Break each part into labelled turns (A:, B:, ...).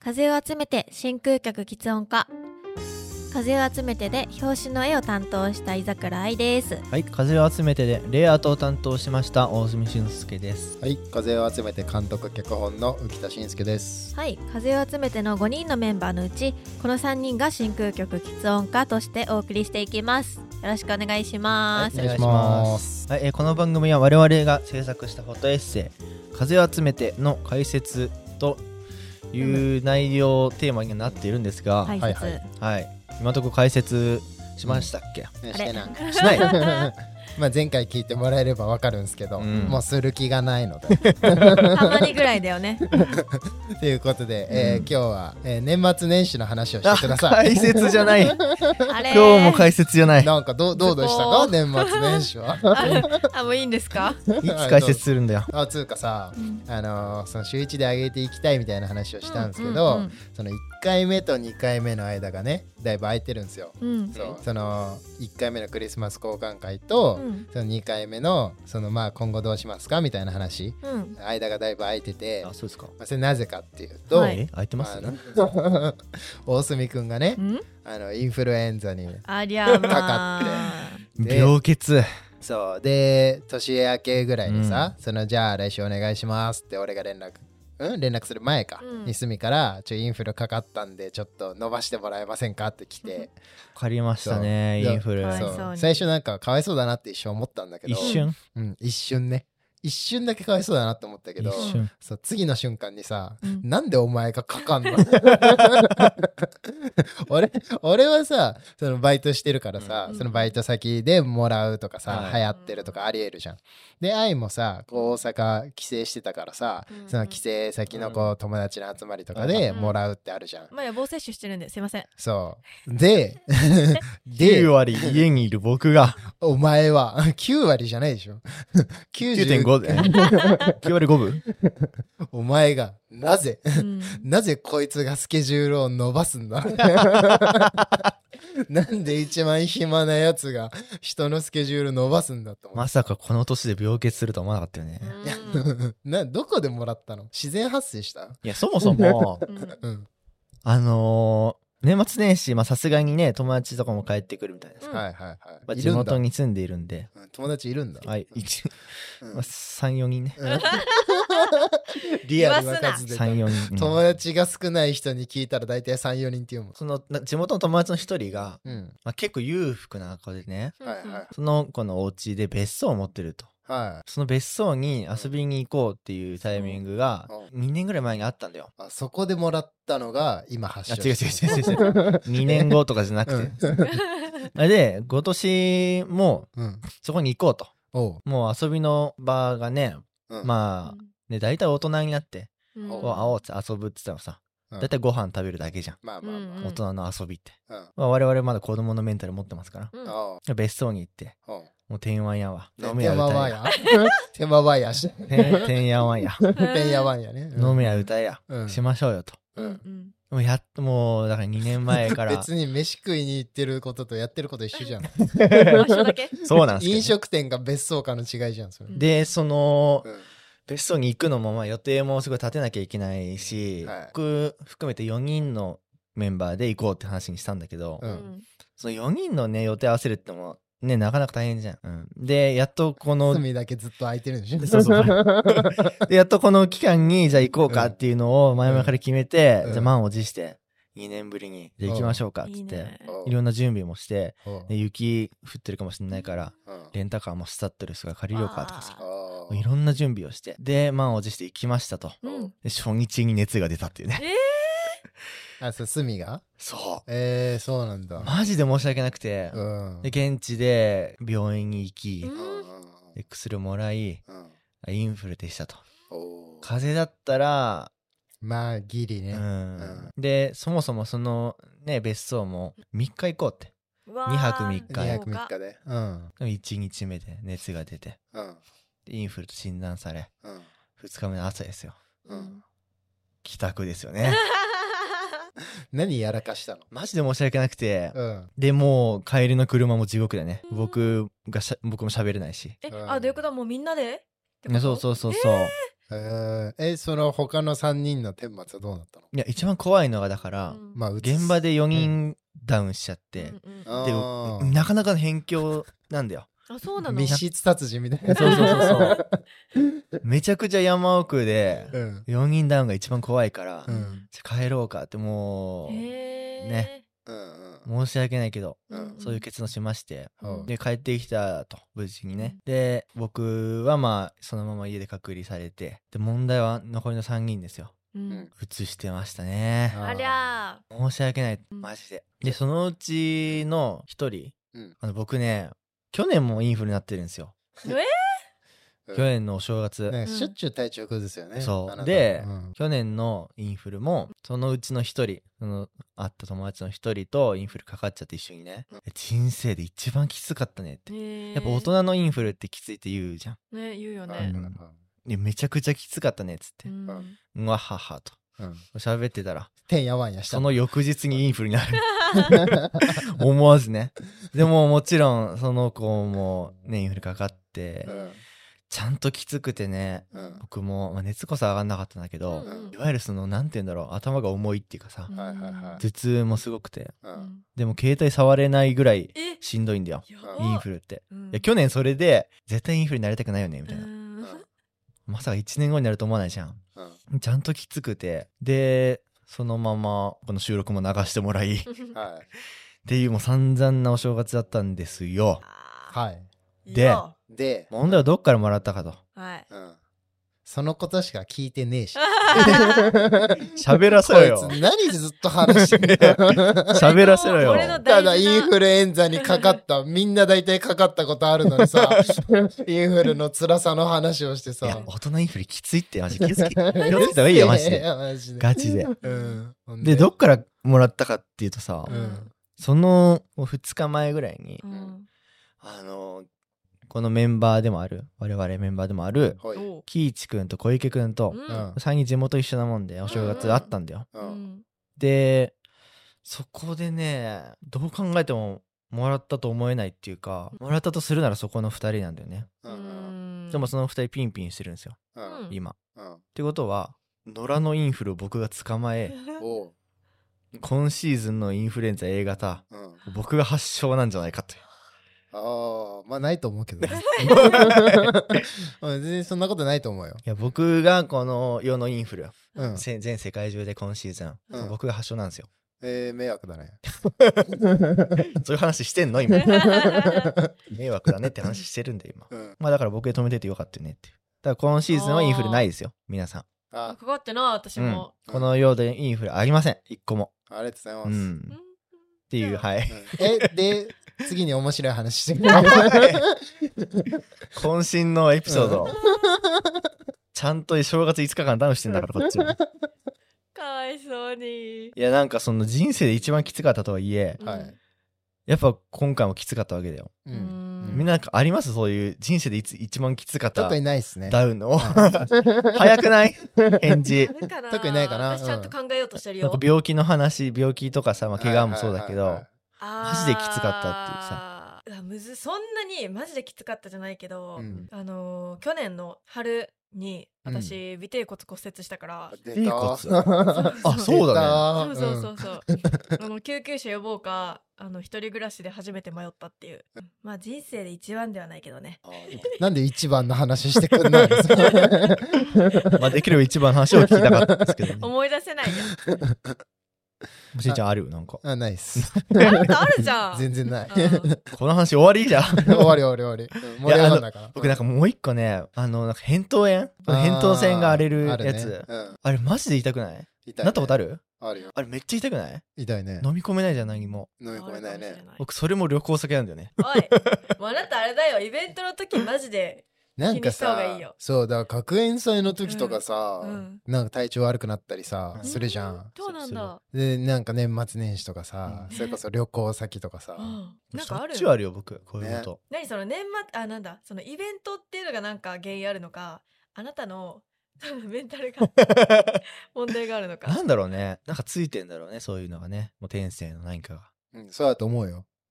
A: 風を集めて真空客喫音化。風を集めてで表紙の絵を担当した井桜愛です。
B: はい、風を集めてでレイアウトを担当しました大住俊介です。
C: はい、風を集めて監督脚本の浮田信介です。
A: はい、風を集めての5人のメンバーのうちこの3人が真空局喫音化としてお送りしていきます。よろしくお願いします。
C: はい、お願いします。
B: はい、この番組は我々が制作したフォトエッセイ風を集めての解説という内容テーマになっているんですが、
A: 解説、
B: はい、今のところ解説しましたっけ？
C: してない
B: しない
C: まあ前回聞いてもらえればわかるんですけど、もうする気がないので
A: たまにぐらいだよね
C: ということで、今日は、年末年始の話をしてください。
B: 解説じゃない
A: あれ
B: 今日も解説じゃない。
C: なんかどうでしたか年末年始は
A: あ、もういいんですか？
B: いつ解説するんだよ。
C: つうかさ、その週1で上げていきたいみたいな話をしたんですけど、その1回目と2回目の間がねだいぶ空いてるんですよ、そうその1回目のクリスマス交換会と、その2回目のそのまあ今後どうしますかみたいな話、間がだいぶ空いてて、
B: あ、そうですか。
C: それなぜかっていうと、
B: 空いてますね。
C: 大隅くんがね、インフルエンザに
A: ありゃま
C: かかって
B: 病欠。
C: そうで年明けぐらいにさ、そのじゃあ来週お願いしますって俺が連絡する前か、にすみからインフルかかったんでちょっと伸ばしてもらえませんかって来て、
B: わかりましたね、インフル。
C: そう最初なんかかわいそうだなって一瞬思ったんだけど、一瞬ね、一瞬だけかわいそうだなって思ったけど、そう次の瞬間にさ、なんでお前がかかんの俺はさそのバイトしてるからさ、そのバイト先でもらうとかさ、流行ってるとかありえるじゃん。で愛もさこう大阪帰省してたからさ、その帰省先のこう友達の集まりとかでもらうってあるじゃん。
A: まあ予防接種してるんですいません。
C: そうで
B: 9割家にいる僕が
C: お前は9割じゃないでしょ
B: 9.5 で9割5分
C: お前がなぜこいつがスケジュールを伸ばすんだなんで一番暇なやつが人のスケジュール伸ばすんだと思う。
B: まさかこの年で病欠するとは思わなかったよね。
C: どこでもらったの？自然発生した？
B: いやそもそも年末年始さすがにね友達とかも帰ってくるみたいです、地元に住んでいるんで、
C: 友達いるんだ。
B: はい、3、4人ね
C: リアルな数で
B: 3、4人、
C: 友達が少ない人に聞いたら大体3、4人っていうもん。
B: その地元の友達の一人が、結構裕福な子でね、その子のお家で別荘を持ってると、その別荘に遊びに行こうっていうタイミングが2年ぐらい前にあったんだよ。
C: そこでもらったのが今発症。
B: 違う2年後とかじゃなくて、で今年もそこに行こうと、もう遊びの場がね、まあね大体大人になって会おうって遊ぶって言ったらさ、大体ご飯食べるだけじゃん、大人の遊びって、我々まだ子供のメンタル持ってますから、別荘に行ってもうてんわんやわ飲めや歌えや
C: てんわわや
B: てんやわんや
C: てんやわんやね、
B: 飲めや歌えやしましょうよと。もうやっともうだから2年前から
C: 別に飯食いに行ってることとやってること一緒じゃん
A: 場所だけ
B: そうなんですけど、
C: 飲食店か別荘かの違いじゃんそれ
B: でその別荘に行くのも予定もすごい立てなきゃいけないし、僕含めて4人のメンバーで行こうって話にしたんだけど、その4人のね予定合わせるってのもねなかなか大変じゃん、でやっとこの
C: 隅だけずっと空いてるんでしょ
B: でやっとこの期間にじゃあ行こうかっていうのを前々から決めて、じゃあ満を持して2年ぶりにじゃあ行きましょうかっつって、いろんな準備もして、で雪降ってるかもしれないから、レンタカーもスタッドレスが借りようかとかさ、いろんな準備をしてで満を持して行きましたと、で初日に熱が出たっていうね。
C: そう隅が
B: そう
C: そうなんだ。
B: マジで申し訳なくて、で現地で病院に行き、で薬をもらい、インフルでしたと。風邪だったら
C: まあギリね、
B: でそもそもそのね別荘も3日行こうって、2泊3日
C: で、
B: 1日目で熱が出て、インフルと診断され、2日目の朝ですよ、帰宅ですよね
C: 何やらかしたの？
B: マジで申し訳なくて、でもう帰りの車も地獄だね。僕も喋れないし。
A: どういうこと？もうみんなで？
B: そう
C: その他の3人の顛末はどうなったの？
B: いや、一番怖いのがだから、まあ、現場で4人ダウンしちゃって、で、なかなかの辺境なんだよ。
A: あ、そうなの？
C: 密室殺人みたいな。
B: そうめちゃくちゃ山奥で4人ダウンが一番怖いから、帰ろうかってもうね、申し訳ないけど、そういう決断しまして、で帰ってきたと、無事にね。で僕はまあそのまま家で隔離されて、で問題は残りの3人ですよ。移してましたね。
A: ありゃ
B: 申し訳ない、マジで。でそのうちの1人、僕ね去年もインフルになってるんですよ。去年のお正月、
C: しょっちゅう体調崩すよね。
B: そうで、去年のインフルもそのうちの1人、会った友達の1人とインフルかかっちゃって一緒にね、人生で一番きつかったねって。やっぱ大人のインフルってきついって言うじゃん。
A: ね、言うよね。
B: めちゃくちゃきつかったねっつって、うわははと喋ってたら、
C: てんやわんやした。
B: その翌日にインフルになる。思わずね。でももちろんその子もねインフルかかって、ちゃんときつくてね、僕も、まあ、熱こそ上がんなかったんだけど、いわゆるそのなんて言うんだろう、頭が重いっていうかさ、頭痛もすごくて、でも携帯触れないぐらいしんどいんだよ、インフルって。いや去年それで絶対インフルになりたくないよねみたいな、まさか1年後になると思わないじゃん、ちゃんときつくて、でそのままこの収録も流してもらいっていうもう散々なお正月だったんですよ。で問題はどっからもらったかと。
C: そのことしか聞いてねえし。
B: 喋らせろよ。
C: 何ずっと話してんだよ。
B: 喋らせろよ。
C: ただインフルエンザにかかった。みんな大体かかったことあるのにさ、インフルの辛さの話をしてさ。
B: いや、大人インフルきついってマジ気をつけた方がいいよ、マジで。ガチで。で、どっからもらったかっていうとさ、その2日前ぐらいに、このメンバーでもある、我々メンバーでもある喜一くんと小池くんと3人地元一緒なもんでお正月あったんだよ。でそこでね、どう考えてももらったと思えないっていうか、もらったとするならそこの2人なんだよね。でもその2人ピンピンしてるんですよ今。ってことは野良のインフルを僕が捕まえ、今シーズンのインフルエンザ A 型、僕が発症なんじゃないかという。
C: まあないと思うけどね。全然そんなことないと思うよ。
B: いや、僕がこの世のインフル、全世界中で今シーズン、僕が発症なんですよ。
C: 迷惑だね。
B: そういう話してんの今。迷惑だねって話してるんで今。まあだから僕で止めててよかったよねっていう。だから今シーズンはインフルないですよ皆さん。
A: かかってな、私も。
B: この世でインフルありません、一個も。
C: ありがとうございます。
B: っていう、はい。
C: で次に面白い話してくれ。
B: 渾身のエピソード。ちゃんと正月5日間ダウンしてんだからこっちは。
A: かわいそうに。
B: いやなんかその人生で一番きつかったとはいえ、やっぱ今回もきつかったわけだよ。みんななんかあります？そういう人生で一番きつかった
C: 特にないっすね。
B: ダウンの早くない返事。
C: 特にないかな。
A: 私ちゃんと考えようとしてるよ。
B: なんか病気の話、病気とかさ、まあ、怪我もそうだけど、マジできつかったっていうさ。
A: そんなにマジできつかったじゃないけど、去年の春に私尾てい骨骨折したから。
C: 尾てい骨。
B: あ、そうだ
A: ね。そう救急車呼ぼうか、一人暮らしで初めて迷ったっていう。まあ人生で一番ではないけどね。
C: なんで一番の話してくんないんですか？
B: まあできれば一番の話を聞きたかったんですけどね。
A: 思い出せないじゃん。
B: しーちゃんあるよなんか。
C: ないっす。
A: あるじゃん。
C: 全然ない。
B: この話終わりじゃん。
C: 終わり。盛り上がんないから。
B: 僕なんかもう一個ね、なんか扁桃炎、扁桃腺が荒れるやつ、あれマジで痛くない？なったことある？
C: あるよ。
B: あれめっちゃ痛くない？
C: 痛いね。
B: 飲み込めないじゃん何も。
C: 飲み込めないね。
B: 僕それも旅行先なんだよね。
A: おい、もうあなたあれだよ、イベントの時マジで
C: なんかさ、そうだ、学園祭の時とかさ、なんか体調悪くなったりさ、するじゃん。
A: そうなんだ。
C: で、なんか年末年始とかさ、それこそ旅行先とかさ、
B: なんかある。しょっちゅうあるよ僕こういうこと。
A: 何その年末、なんだ、そのイベントっていうのがなんか原因あるのか、あなたのメンタルが問題があるのか。
B: なんだろうね、なんかついてんだろうね、そういうのがね、もう天性の何かが。
C: そうだと思うよ。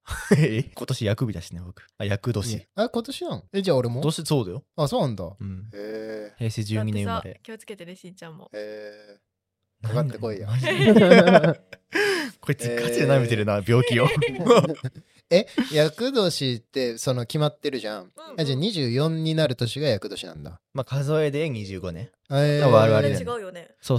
B: 今年厄日だしね、僕。厄年。
C: 今年なの？じゃあ俺も？
B: 今年そうだよ。
C: あ、そうなんだ。
B: 平成12年生まれ。
A: 気をつけてね、しんちゃんも。
C: かかってこいよ。
B: こいつガチで舐めてるな、病気を。
C: 厄年ってその決まってるじゃん。じゃあ24になる年が厄年なんだ。
B: まあ数えで25ね。
A: 我々違うよね。
B: そう。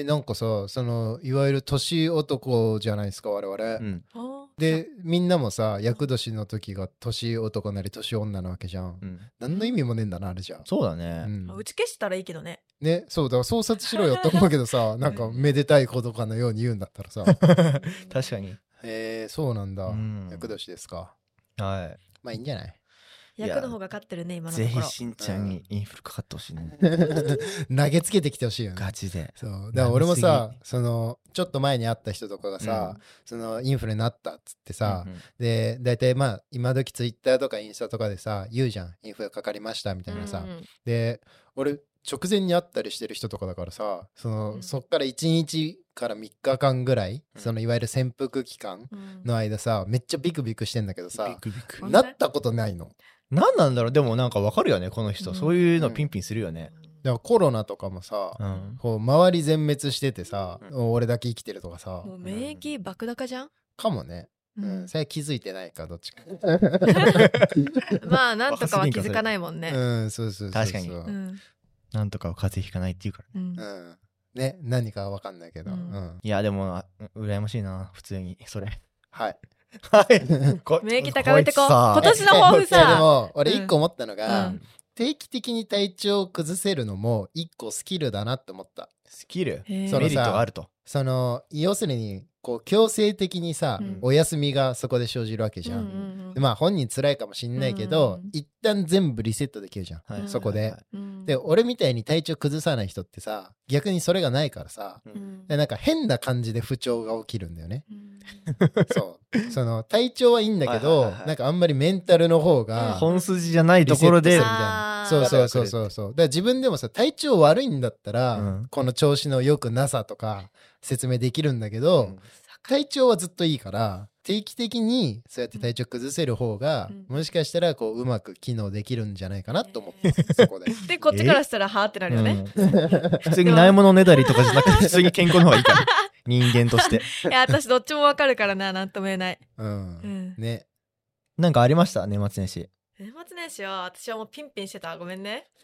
C: なんかさ、そのいわゆる年男じゃないですか、我々。で、みんなもさ、厄年の時が年男なり年女なわけじゃん。何の意味もねえんだな、あれじゃん。
B: そうだね。
A: 打ち消したらいいけどね。
C: ね、そうだ、創殺しろよって思うけどさ、なんかめでたいことかのように言うんだったらさ。
B: 確かに。
C: そうなんだ。厄年ですか。
B: はい。
C: まあいいんじゃない？
A: 役の方が勝ってるね、今のところ。
B: ぜひしんちゃんにインフルかかってほしいね。
C: 投げつけてきてほしいよね。
B: ガチで。
C: そう。だから俺もさ、その、ちょっと前に会った人とかがさ、その、インフルになったっつってさ、で、大体まあ、今時ツイッターとかインスタとかでさ、言うじゃん。インフルかかりましたみたいなさ。で、俺、直前に会ったりしてる人とかだからさ、そっから1日から3日間ぐらい、そのいわゆる潜伏期間の間さ、めっちゃビクビクしてんだけどさ、なったことないの。
B: 何なんだろう。でもなんかわかるよね、この人。そういうのピンピンするよね。
C: だからコロナとかもさ、こう周り全滅しててさ、俺だけ生きてるとかさ。
A: もう免疫爆高じゃん？
C: かもね。それは気づいてないか、どっちか。
A: まあ、なんとかは気づかないもんね。
C: そう。
B: 確かに。なんとかは風邪ひかないっていうから
C: ね。ね、何かはわかんないけど。
B: いや、でも、羨ましいな、普通に、それ。
C: はい。
A: 免疫高めてこう。今年の抱負さ。
C: でも、俺一個思ったのが、定期的に体調を崩せるのも一個スキルだなって思った。
B: スキル？メリ
C: ッ
B: トがあると。
C: その、要するに、こう強制的にさ、お休みがそこで生じるわけじゃん。まあ本人辛いかもしんないけど、一旦全部リセットできるじゃん、そこで。で、俺みたいに体調崩さない人ってさ、逆にそれがないからさ、でなんか変な感じで不調が起きるんだよね。そう。その体調はいいんだけど、なんかあんまりメンタルの方が
B: 本筋じゃないところで、
C: そう。だから自分でもさ、体調悪いんだったら、この調子の良くなさとか説明できるんだけど、体調はずっといいから定期的にそうやって体調崩せる方が、もしかしたらこううまく機能できるんじゃないかなと思ってそこで。
A: でこっちからしたらはーってなるよね。
B: 普通にないものねだりとかじゃなくて普通に健康の方がいいから人間として。
A: いや私どっちもわかるからな、なんとも言えない。
C: ね。
B: なんかありました年末年始？
A: 年末年始は私はもうピンピンしてた。ごめんね。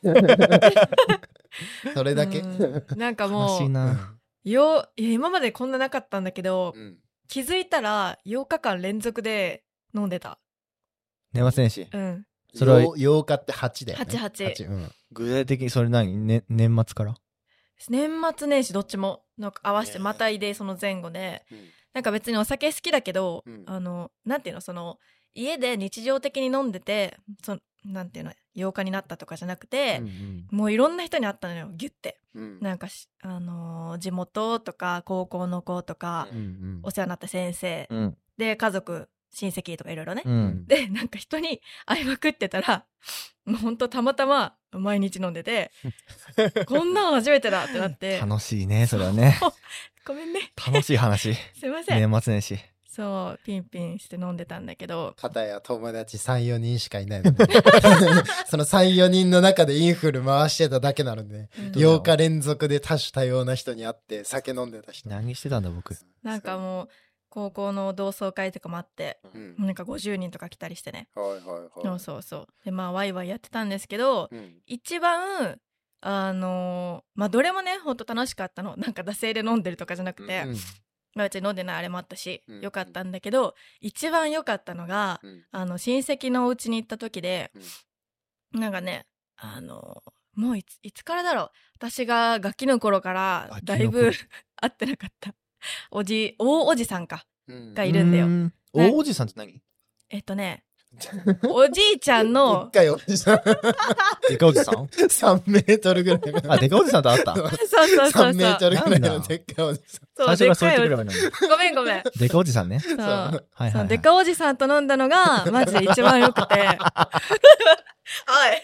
C: それだけ。
A: なんかもう。いや今までこんななかったんだけど、気づいたら8日間連続で飲んでた。
B: 年末年始？
C: それは8日って8だよね。
A: 8。
B: 具体的にそれ何？年末から？
A: 年末年始どっちもなんか合わせてまたいでその前後で、なんか別にお酒好きだけど、なんていうの、その家で日常的に飲んでて、なんていうの8日になったとかじゃなくて、もういろんな人に会ったのよ、ギュッて。なんか地元とか高校の子とか、お世話になった先生、で家族親戚とかいろいろね、でなんか人に会いまくってたらもうほんとたまたま毎日飲んでてこんなの初めてだってなって。
B: 楽しいねそれはね。
A: ごめんね。
B: 楽しい話。
A: すいません。
B: 年末年始。
A: そうピンピンして飲んでたんだけど、
C: 片や友達 3,4 人しかいないのでその 3,4 人の中でインフル回してただけなので、8日連続で多種多様な人に会って酒飲んでた人。
B: 何してたんだ僕。
A: なんかもう高校の同窓会とかもあって、なんか50人とか来たりしてね。そうでまあワイワイやってたんですけど、一番まあどれもねほんと楽しかったの。なんか惰性で飲んでるとかじゃなくて、まあうち飲んでないあれもあったし、よかったんだけど、一番良かったのが、親戚のお家に行った時で、なんかねもういつからだろう、私がガキの頃からだいぶ会ってなかった大おじさんかがいるんだよ。
B: 大おじさんって何？
A: おじいちゃんの
C: でっかいおじさん
B: でかおじさん
C: 3メートルぐらい
B: あ、でかおじさんと会った
A: そう3
C: メートルぐらいのでっかいおじさん
A: そう
B: 最初からそう言ってくればいいのに。
A: ごめん
B: でかおじさんね。
A: そう
B: はいはいはい。
A: でかおじさんと飲んだのがマジで一番良くてはい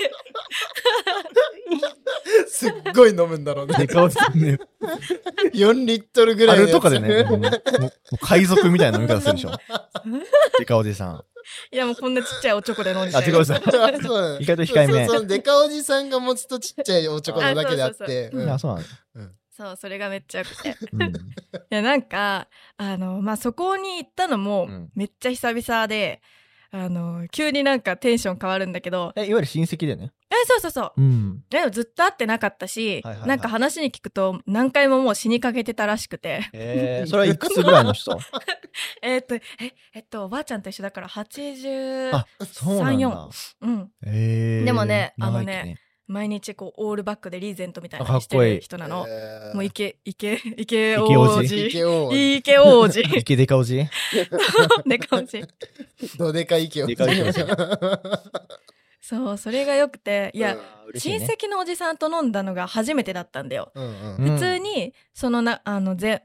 C: すっごい飲むんだろうね。
B: でかおじさんね。
C: 4リットルぐらい
B: あ
C: のやつ
B: れとかでね、もう海賊みたいな飲み方するでしょ。でかおじさん。
A: いやもうこんなちっちゃいおちょこで飲んで
B: あ、でかおじさん。
C: そう
B: 意外と控えめ。
C: そうでかおじさんが持つとちっちゃいおちょこなだけであって
B: あ、そうなの。
A: そうそれがめっちゃ良くて
B: うん。
A: いやなんかまあそこに行ったのもめっちゃ久々で、急になんかテンション変わるんだけど、
B: いわゆる親戚だよね。
A: そう、
B: うん。
A: でもずっと会ってなかったし、
B: はいはいはい
A: なんか話に聞くと何回ももう死にかけてたらしくて
B: それはいくつぐらいの人
A: おばあちゃんと一緒だから80
B: あ、そうなんだ。
A: うん
B: で
A: でもね
B: 長生きね
A: 毎日こうオールバックでリーゼントみたいな
B: あか
A: のして
B: っこいい
A: る人なの。もう
C: イ
A: イケ
B: ケ
A: 王
B: 王
A: 子。
C: イケ王子
A: イケ王子。
B: イケデカおじ
A: でかおじ。
C: どでかイケ王子
B: でかい王子
A: そう、それが良くて、いや、親
B: 嬉しいね
A: 戚のおじさんと飲んだのが初めてだったんだよ。
C: うん
B: うん
A: 普通に、その前日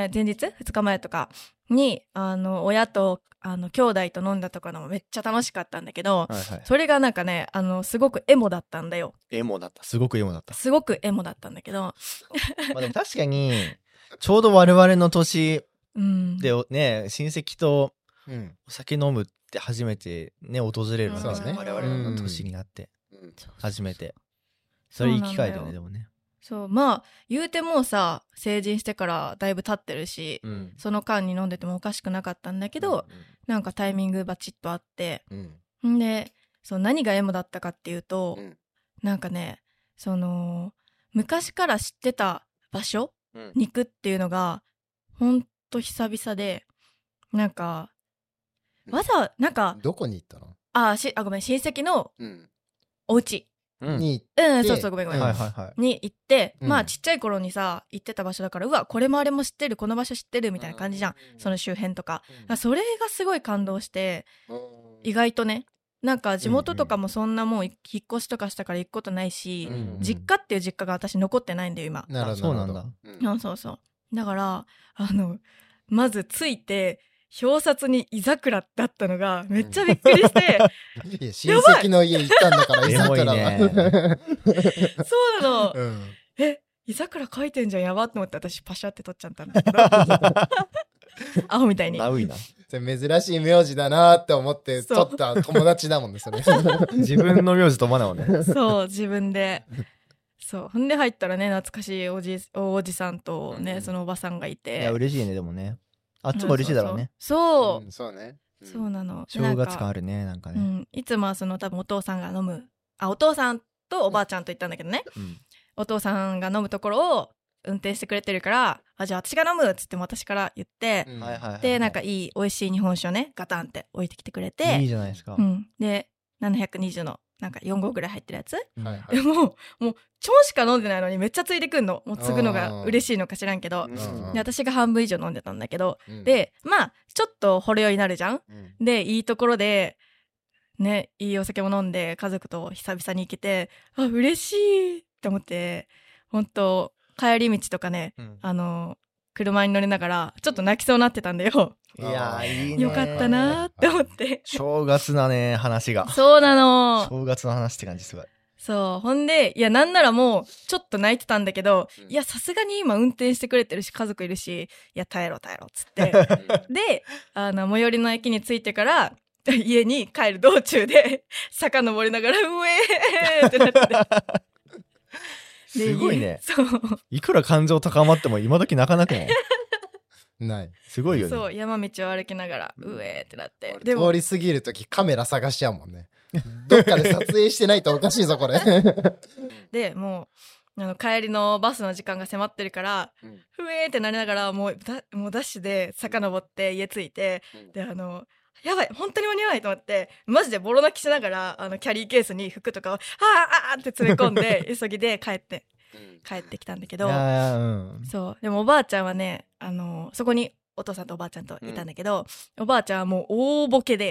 A: ?2 日前とかに、親と、兄弟と飲んだとかのもめっちゃ楽しかったんだけど、
B: はいはい。
A: それがなんかね、すごくエモだったんだよ。
B: エモだった。すごくエモだった。
A: すごくエモだったんだけど、
B: まあでも確かに、ちょうど我々の年
A: うん。
B: でね、親戚と
C: うん
B: お酒飲むって初めてね、訪れるわけじゃん。
A: そうね
B: 我々の年になって、
C: うん
B: 初めて。それいい機会だよね、
A: そうなんだよ
B: でもね。
A: そう、まあ、言うてもうさ、成人してからだいぶ経ってるし、
B: うん。
A: その間に飲んでてもおかしくなかったんだけど、なんかタイミングバチッとあって、
C: うん
A: んで、そう、何がエモだったかっていうと、
C: うん
A: なんかね、昔から知ってた場所
B: うん
A: に行くっていうのが、ほんと久々で、なんか、なんか、
C: どこに行ったの
A: ごめん、親戚の
C: うん
A: お家
B: うん。
C: に
A: そうそう、ごめんごめん。
B: はいはいはい。
A: に行って、
C: うん
A: まあちっちゃい頃にさ行ってた場所だから、うわこれもあれも知ってる、この場所知ってるみたいな感じじゃん、その周辺とか、それがすごい感動して、意外とね、なんか地元とかもそんなもう引っ越しとかしたから行くことないし、
C: うん
A: 実家っていう実家が私残ってないんだよ今。
C: なるほど
B: そうなんだ
A: そうそうだからまず着いて表札に居桜だったのがめっちゃびっくりして、
C: いや親戚の家行ったんだから居
B: エモい
C: 桜
B: ね。
A: そうなの、
C: うん
A: 居桜書いてんじゃんやばって思って私パシャって撮っちゃったんだけど青みたいに
B: ナウイな。
C: それ珍しい名字だなって思って
A: そう
C: 撮った友達だもんねそれ
B: 自分の名字と思わないもんね。
A: そう自分でそうほんで入ったらね懐かしいおじさんとね、
C: うん
A: そのおばさんがいて、
B: いや、嬉しいね、でもね。あっちも嬉しいだろうね。
A: そう、
C: そうね
A: そうなの
B: 正月感あるね、なんかね。
A: うん、いつもは多分お父さんが飲むお父さんとおばあちゃんと行ったんだけどね、
B: うん
A: お父さんが飲むところを運転してくれてるからじゃあ私が飲むっつっても私から言って、
C: うん
B: はいはいはい。
A: でなんかいい美味しい日本酒をねガタンって置いてきてくれて
B: いいじゃないですか
A: う。ん、で720のなんか4合ぐらい入ってるやつ、
C: はいはい
A: でもうちょんしか飲んでないのにめっちゃついてくんの、もう継ぐのが嬉しいのか知らんけど、
C: うん
A: で私が半分以上飲んでたんだけど、
C: うん
A: でまあちょっとほろ酔いになるじゃん。
C: うん
A: でいいところでねいいお酒も飲んで家族と久々に行けて嬉しいって思って、本当帰り道とかね、
B: うん
A: 車に乗りながらちょっと泣きそうになってたんだよ。
B: いやー、いいね。
A: よかったなーって思って
B: 正月だね、話が。
A: そうなの。
B: 正月の話って感じすごい。
A: そうほんでいやなんならもうちょっと泣いてたんだけど、
C: うん
A: いやさすがに今運転してくれてるし家族いるし、いや耐えろっつってで最寄りの駅に着いてから家に帰る道中で坂登りながらうえーってなって
B: すごいね。
A: そう
B: いくら感情高まっても今時泣かなくない
C: ない
B: すごいよね。
A: そう山道を歩きながらうえーってなって、
C: 俺通り過ぎるときカメラ探しちゃうもんねどっかで撮影してないとおかしいぞこれ
A: でもう帰りのバスの時間が迫ってるから、ふえーってなりながらもうダッシュで坂登って家着いて、でやばい本当に間に合わないと思ってマジでボロ泣きしながらキャリーケースに服とかをあーって詰め込んで急ぎで帰ってきたんだけど、
B: いやいやうん。
A: そうでもおばあちゃんはねそこにお父さんとおばあちゃんといたんだけど、おばあちゃんはもう大ボケで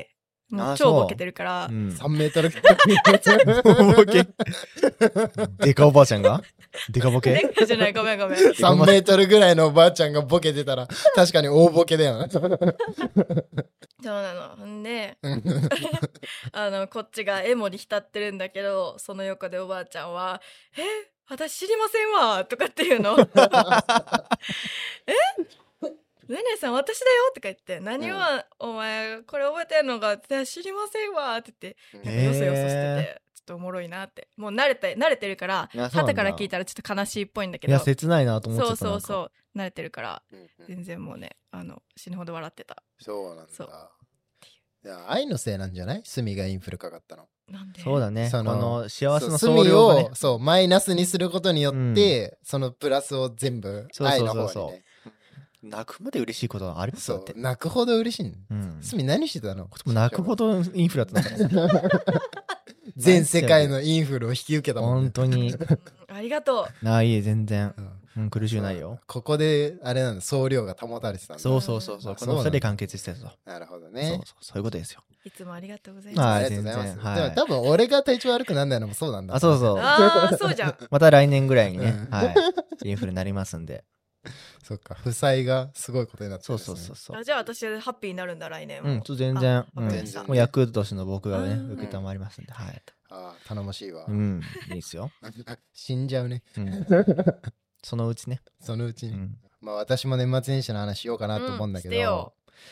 A: もう超ボケてるから、
C: 3メートル
B: ボケデカおばあちゃんがデカボケ
A: デカじゃない、ごめん3
C: メートルぐらいのおばあちゃんがボケてたら確かに大ボケだよな。そう
A: なの。んでこっちがエモに浸ってるんだけど、その横でおばあちゃんは私知りませんわとかっていうのねねさん私だよとか言って、何は、お前これ覚えてんのかって知りませんわって言って、よそよそしててちょっとおもろいなって。もう慣れてるから旗から聞いたらちょっと悲しいっぽいんだけど、
B: いや切ないなと思ってた。
A: そう慣れてるから、全然もうね死ぬほど笑ってた。
C: そうなんだ。いや愛のせいなんじゃない？スミがインフルかかったの。
A: なんで？
B: そうだね。この幸せの
C: 総量がね、そうマイナスにすることによって、そのプラスを全部愛の方にね。
B: 泣くまで嬉しいことはありますよって。
C: 泣くほど嬉しいの。スミ何してたの？
B: 泣くほどインフルだったの。
C: 全世界のインフルを引き受けたもんね。
B: 本当に。
A: ありがと
B: う。いいえ全然。苦しくないよ。
C: ここであれなんだ、総量が保たれてたんだ。
B: そう。この2人で完結してると。
C: なるほどね。
B: そういうことですよ。
A: いつもありがとうございます。
C: ありがとうございます。でも多分俺が体調悪くなんないのもそうなんだ。
B: そう。
A: そうじゃん。
B: また来年ぐらいにね、インフルになりますんで。
C: そっか、負債がすごいことになってる。
B: そう。
A: じゃあ私ハッピーになるんだ来年も。
B: 全然。もう役年の僕がね受けたまりますんで。
C: 頼もしいわ。
B: いいですよ。
C: 死んじゃうね。
B: そのうちね。
C: まあ私も年末年始の話しようかなと思うんだけど、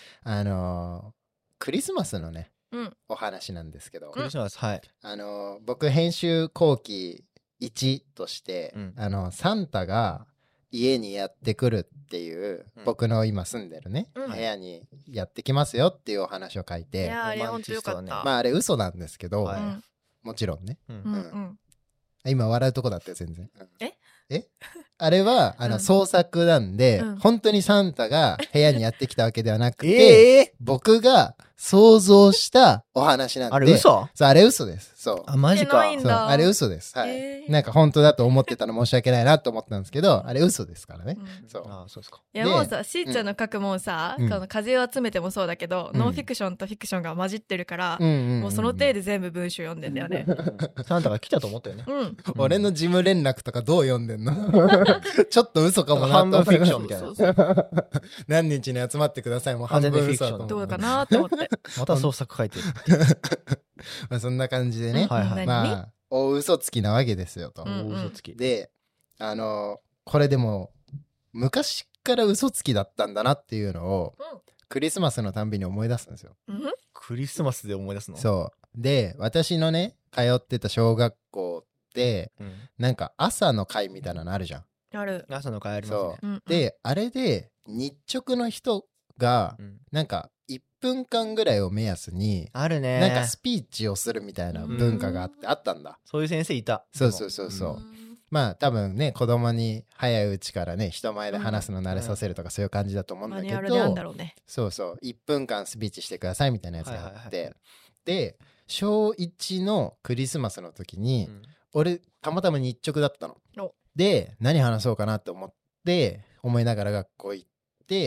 C: クリスマスのねお話なんですけど、
B: クリスマス
C: 僕編集後期1としてサンタが家にやってくるっていう僕の今住んでるね部屋にやってきますよっていうお話を書いて、
A: あれ本当よかった。
C: まああれ嘘なんですけど、もちろんね。今笑うとこだったよ全然。あれは創作なんで、本当にサンタが部屋にやってきたわけではなくて、僕が想像したお話なんで。
B: あれ嘘？
C: そう、あれ嘘です。そう。
B: マジか。
C: そう、あれ嘘です。はい。なんか本当だと思ってたら申し訳ないなと思ったんですけど、あれ嘘ですからね。そう。
B: そうですか。
A: いやもうさ、しーちゃんの書くもんさ、この風を集めてもそうだけど、ノンフィクションとフィクションが混じってるから、もうその手で全部文章読んでんだよね。
B: サンタが来たと思ったよね。
C: 俺の事務連絡とかどう読んでんの？ちょっと嘘かもな。
B: 半分フィクションみたいな。
C: 何日に集まってください。もう半分嘘だと思う。
A: どうかなと思って。
B: また創作書いてる。
C: まあそんな感じでね。まあ大嘘つきなわけですよと。
B: 大嘘つき。
C: で、これでも昔から嘘つきだったんだなっていうのをクリスマスのたんびに思い出すんですよ。
B: クリスマスで思い出すの？
C: そう。で、私のね通ってた小学校ってなんか朝の会みたいなのあるじゃん。
A: ある。
B: 朝の会ありますね。
C: で、あれで日直の人がなんか1分間ぐらいを目安に
B: あるね。
C: なんかスピーチをするみたいな文化があったんだ。
B: そういう先生いた。
C: そう。まあ多分ね子供に早いうちからね人前で話すの慣れさせるとかそういう感じだと思うんだけど、そう1分間スピーチしてくださいみたいなやつがあって、で小1のクリスマスの時に俺たまたま日直だったの。で何話そうかなと思いながら学校行って、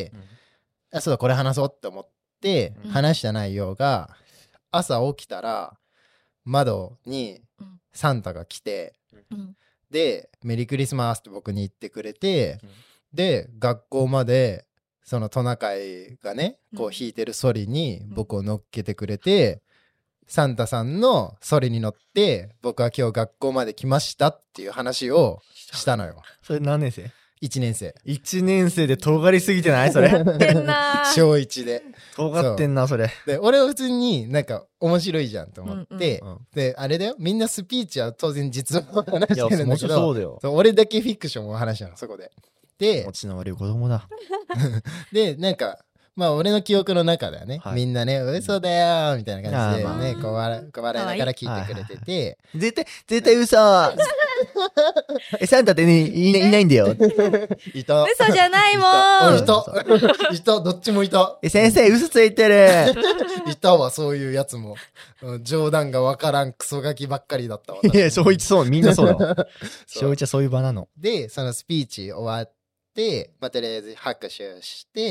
C: そうだこれ話そうって思って話した内容が、朝起きたら窓にサンタが来て、でメリークリスマスって僕に言ってくれて、で学校までそのトナカイがねこう引いてるソリに僕を乗っけてくれて、サンタさんのソリに乗って僕は今日学校まで来ましたっていう話をしたのよ。
B: それ何年生
C: ？1年生。
B: 1年生で尖りすぎてないそれ？
C: 小1で
B: 尖ってんなそれ。
C: で俺は普通になんか面白いじゃんと思って、であれだよ、みんなスピーチは当然実話を話してるんだけど、俺だけフィクションを話したのそこで。で
B: 持ちの悪い子供だ。
C: でなんかまあ俺の記憶の中ではね、みんなね嘘だよみたいな感じでねこう笑いながら聞いてくれてて、
B: 絶対嘘サンタってねいないんだよ。
C: いた。
A: 嘘じゃないもん。
C: いたどっちもいた。
B: 先生嘘ついてる。
C: いたわそういうやつも。冗談がわからんクソガキばっかりだったわ。
B: いや小一そうみんなそうだわ。小一はそういう場なの。
C: でそのスピーチ終わって、まあ、とりあえず拍手して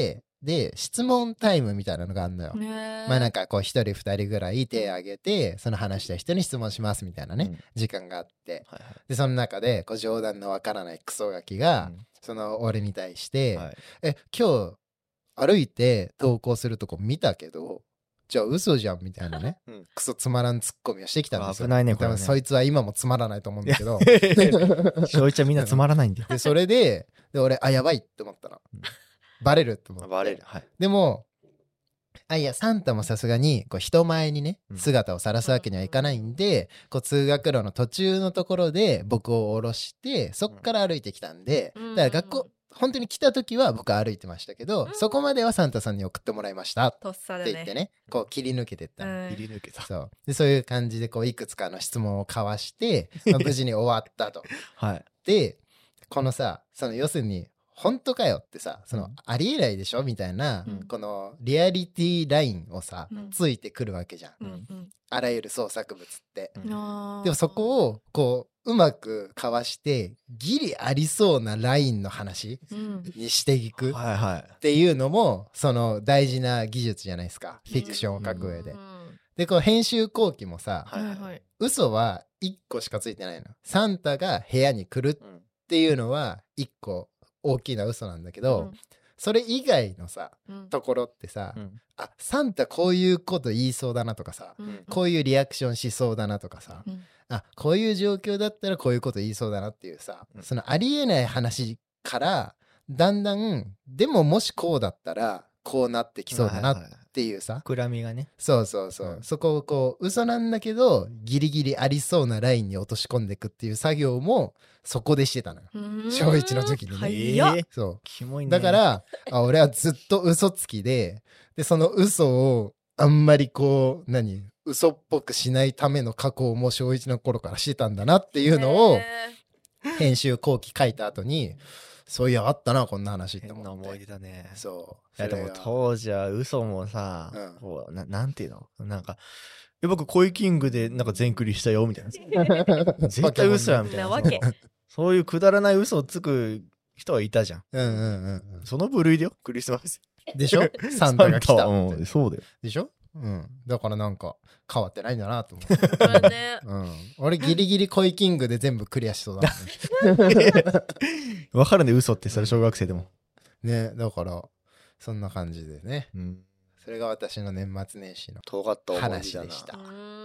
C: で質問タイムみたいなのがあるのよ。まあなんかこう一人二人ぐらい手を挙げてその話した人に質問しますみたいなね、時間があって、でその中でこう冗談のわからないクソガキが、その俺に対して、今日歩いて投稿するとこ見たけどじゃあ嘘じゃんみたいなね、クソつまらんツッコミをしてきたんですよ。
B: 危ないねこれね。
C: 多分そいつは今もつまらないと思うんだけど
B: 翔一はみんなつまらないんだよ。
C: でそれで俺やばいって思ったの、バレるって思って。
B: バレる、はい、
C: でもいやサンタもさすがにこう人前にね姿を晒すわけにはいかないんで、こう通学路の途中のところで僕を降ろしてそっから歩いてきたんで、だから学校本当に来た時は僕は歩いてましたけど、そこまではサンタさんに送ってもらいましたって言ってね、こう切り抜けてったの、
B: 切り抜けた。
C: そうでそういう感じでこういくつかの質問を交わして、無事に終わったと、
B: はい、
C: でこのさその要するに本当かよってさそのありえないでしょみたいな、このリアリティラインをさ、ついてくるわけじゃん、あらゆる創作物って、でもそこをこううまくかわしてギリありそうなラインの話にしていくっていうのもその大事な技術じゃないですか、フィクションを書く上で。でこう編集後期もさ、嘘は1個しかついてないの。サンタが部屋に来るっていうのは1個大きな嘘なんだけど、それ以外のさ、ところってさ、あサンタこういうこと言いそうだなとかさ、こういうリアクションしそうだなとかさ、あこういう状況だったらこういうこと言いそうだなっていうさ、そのありえない話からだんだんでももしこうだったらこうなってきそうだなっていうさ、
B: 膨らみがね、
C: そうそうそう、そこをこう嘘なんだけどギリギリありそうなラインに落とし込んでいくっていう作業もそこでしてたのよ、小1の時にね。そう
B: キモいね。
C: だから俺はずっと嘘つきでその嘘をあんまりこう嘘っぽくしないための加工も小1の頃からしてたんだなっていうのを編集後期書いた後にそういやあったなこんな話って思って。
B: 変な思い出だね。
C: そう。
B: いやでも当時は嘘もさ、こうなんていうの、なんか僕コイキングでなんか全クリしたよみたいな絶対嘘やみたいなそういうくだらない嘘をつく人はいたじゃん。その部類だよ、クリスマス
C: でしょサンタが来た
B: って。そうだよ。
C: でしょ。だからなんか変わってないんだなと思って、俺ギリギリコイキングで全部クリアしそうだもんね
B: わかるね、嘘ってそれ小学生でも
C: ね。だからそんな感じでね、それが私の年末年始の話でした。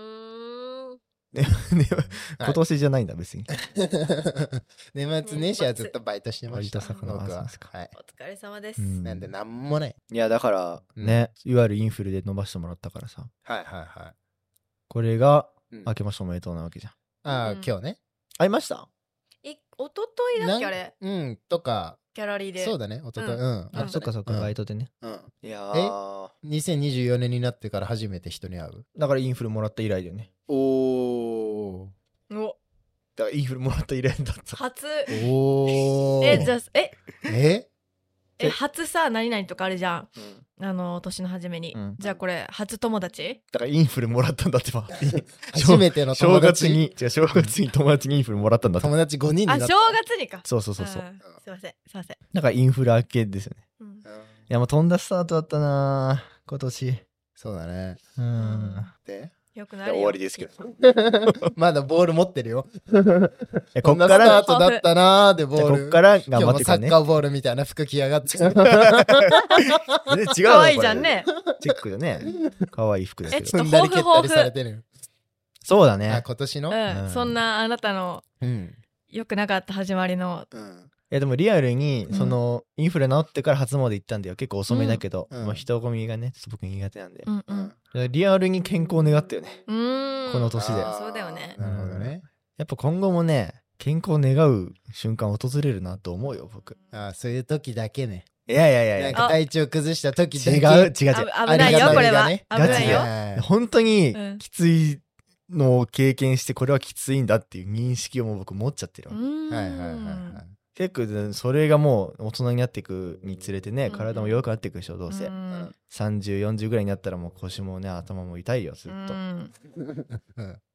B: 今年じゃないんだ別に
C: 年末年始はずっとバイトしてました。僕は。
A: お疲れ様です。
C: なんでなんもない。
B: いやだからね、いわゆるインフルで伸ばしてもらったからさ、これが明けましておめでとうなわけじゃん。
C: 今日ね
B: 会いました。
A: おとといだっけあれ。
C: とか
A: ギャラリーで。
C: そうだね、おととい。
B: そっかそっか、バイトでね。
C: いや2024年になってから初めて人に会う。
B: だからインフルもらった以来だよね。
C: お
B: だからインフルもらった以来だった。
A: 初。
C: じゃ
A: あ初さ何々とかあるじゃん、年の初めに、じゃあこれ初友達
B: だからインフルもらったんだってば
C: 初めての友達
B: 正月に友達にインフルもらったんだって。
C: 友達5人になった。
A: 正月にか。
B: そうすい
A: ません
B: だからインフル明けですよね。いやもう飛んだスタートだったな今年。
C: そうだね。で
A: よくなるよ。
B: 終わりですけど
C: まだボール持ってるよ
B: こっから
C: スタートだったなーでボール。
B: こっから頑張ってくるね。
C: 今日もサッカーボールみたいな服着やがって違う
A: 可愛いじゃんね。
B: チェックだね。可愛い服だけど。
C: 踏んだり蹴ったりされてる。
B: そうだね。
C: 今年の
A: そんなあなたの良くなかった始まりの。
B: いやでもリアルにそのインフル治ってから初詣行ったんだよ。結構遅めだけど、人混みがねちょっと僕苦手なんで、リアルに健康を願ったよね、この年で。
A: そうだよね。
C: なるほどね。
B: やっぱ今後もね健康を願う瞬間訪れるなと思うよ僕。
C: そういう時だけね。
B: いや
C: なんか体調崩した時だけ。
B: 違う
A: 危ないよこれは。危ないよ。
B: 本当にきついのを経験してこれはきついんだっていう認識をもう僕持っちゃってる。結構それがもう大人になっていくにつれてね、体も弱くなっていくでしょどうせ。30、40ぐらいになったらもう腰もね頭も痛いよずっと。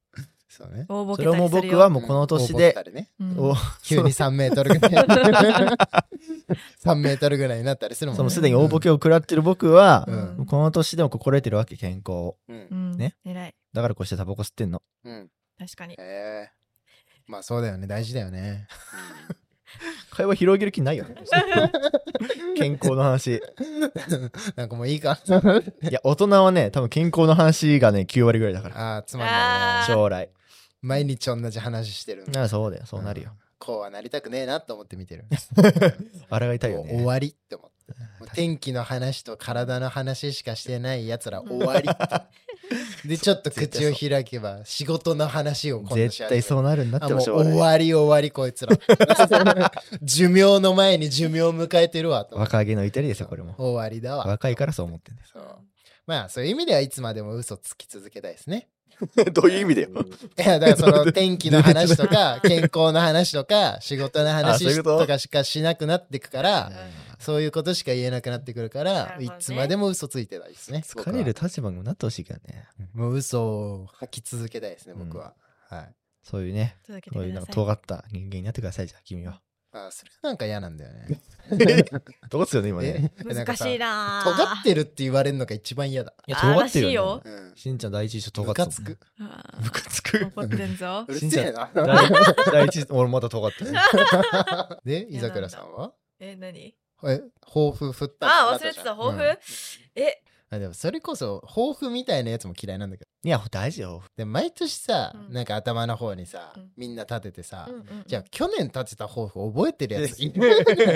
C: そうね。
B: それをもう僕はもうこの年で、
C: 急に3メートルぐらい。3メートルぐらいになったりするもんね。
B: そのすでに大ボケを食らってる僕は、この年でも心得てるわけ、健康を。ね。
A: 偉い。
B: だからこうしてタバコ吸ってんの。
A: 確かに。
C: まあそうだよね、大事だよね。
B: 会話広げる気ないよね。健康の話。
C: なんかもういいか。
B: いや、大人はね、多分健康の話がね、9割ぐらいだから。
C: ああ、つまんないね。
B: 将来。
C: 毎日同じ話してる。
B: ああ、そうだよ、そうなるよ。
C: こうはなりたくねえなと思って見てる。
B: あらがいたいよね。
C: 終わりって思って。天気の話と体の話しかしてないやつら終わりって。で、ちょっと口を開けば仕事の話を今度
B: 絶対そうなるんだって
C: もう終わり終わりこいつら。寿命の前に寿命を迎えてるわと。
B: 若気の至りですよ、これも。
C: 終わりだわ。
B: 若いからそう思ってんです。
C: まあそういう意味ではいつまでも嘘つき続けたいですね。
B: どういう意味だよ。
C: いや、だからその天気の話とか、健康の話とか、仕事の話とかしかしなくなっていくから、そういうことしか言えなくなってくるから、いつまでも嘘ついてたいですね。
B: 疲れる立場にもなってほしいけどね。
C: もう嘘を吐き続けたいですね、僕は。はい。
B: そういうね、そういう尖った人間になってください、じゃあ、君は。
C: あ、それなんか嫌なんだよね。
B: どうっすよね、今ね。
A: 難しいな。
C: 尖ってるって言われるのが一番嫌だ。
B: いや、尖ってるよ。しんちゃん第一印象尖ってる。
C: ムカつく。
B: ムカつく。
A: 怒ってんぞ。
C: うるせえな。
B: 第一、俺まだ尖ってる。
C: で、伊桜さんは
A: 何
C: 抱負振った。
A: あ、忘れてた、抱負
C: でもそれこそ抱負みたいなやつも嫌いなんだけど。
B: いや、大事よ。
C: で毎年さ、なんか頭の方にさ、みんな立ててさ、じゃあ去年立てた抱負覚えてるやついる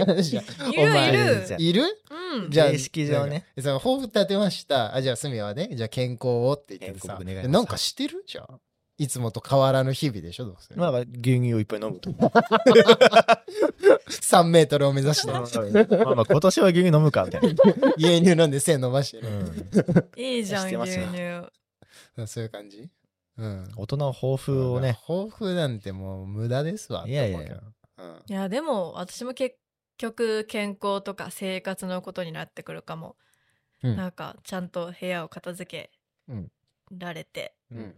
C: いるじゃあ
B: 式場ね。
C: その抱負立てました。あ、じゃあすみはね、じゃあ健康をって言ってさ、なんかしてるじゃん。いつもと変わらぬ日々でしょ、どうせ。
B: まあ、牛乳をいっぱい飲むと。
C: 3メートルを目指して。
B: まあまあ、今年は牛乳飲むか、みたいな。
C: 牛乳飲んで線伸ばしてる。
A: いいじゃん、牛乳。
C: そういう感じ。
B: 大人は抱負をね。
C: 抱負なんてもう無駄ですわ。
B: いやいや。
A: いや、でも、私も結局、健康とか生活のことになってくるかも。なんか、ちゃんと部屋を片付けられて。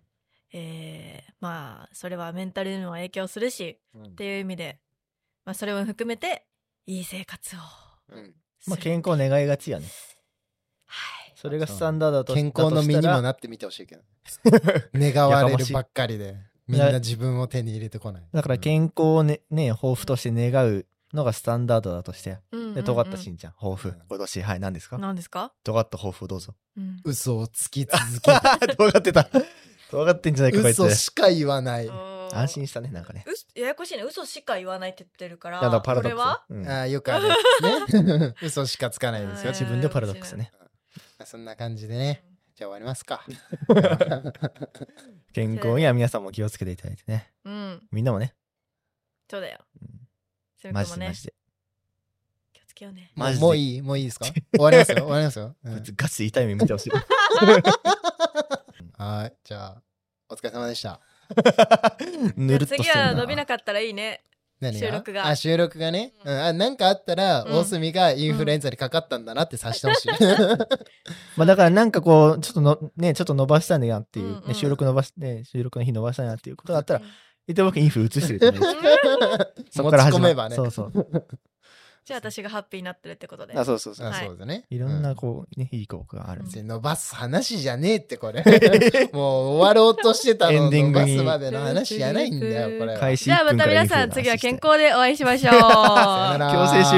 A: まあそれはメンタルにも影響するし、っていう意味で、まあ、それを含めていい生活を、
B: まあ健康願いがちやね。はい。それがスタンダードと
C: 健康の身にもなってみてほしいけど願われるばっかりでみんな自分を手に入れてこない。
B: だから健康をね抱負として願うのがスタンダードだとして、で尖ったしんちゃん抱負今年何ですか？
A: 何ですか？
B: 尖った抱負をどうぞ。
C: 嘘をつき続ける。
B: 尖ってた。尖ってんじゃないかこいつ。
C: 嘘しか言わない。
B: 安心したね、なんかね。
A: ややこしいね。嘘しか言わないって言ってるから。
B: だパラドックス。
A: これは
C: ああ、よくあるですね。嘘しかつかないですよ。
B: 自分でパラドックスね。
C: そんな感じでね。じゃあ終わりますか。
B: 健康には皆さんも気をつけていただいてね。みんなもね。
A: そうだよ。
B: マジでマジで。
A: 気をつけようね。
C: もういいですか？終わりますよ。終わりますよ。
B: ガチで痛い目見てほしい。
C: はい、じゃあお疲れ様でした。
B: ぬるっとしてんな。
A: 次は伸びなかったらいいね。収録が。
C: 収録がね。なんかあったら大隅がインフルエンザにかかったんだなって察してほしい。
B: まあだからなんかこうちょっと伸ばしたいなっていう収録の日伸ばしたいなっていうことがあったら、言って僕インフル移してるってね。
C: そこから始めばね。
B: そうそう。
A: じゃあ私がハッピーになってるってことで。
B: そうそう
C: そうだね。
B: いろんなこうねいい効果がある。
C: 伸ばす話じゃねえってこれ。もう終わろうとしてたの伸ばすまでの話じゃないんだよこれ。
B: 開始
A: じゃあまた皆さん次は健康でお会いしましょう。
C: さよなら。
B: 強制終了。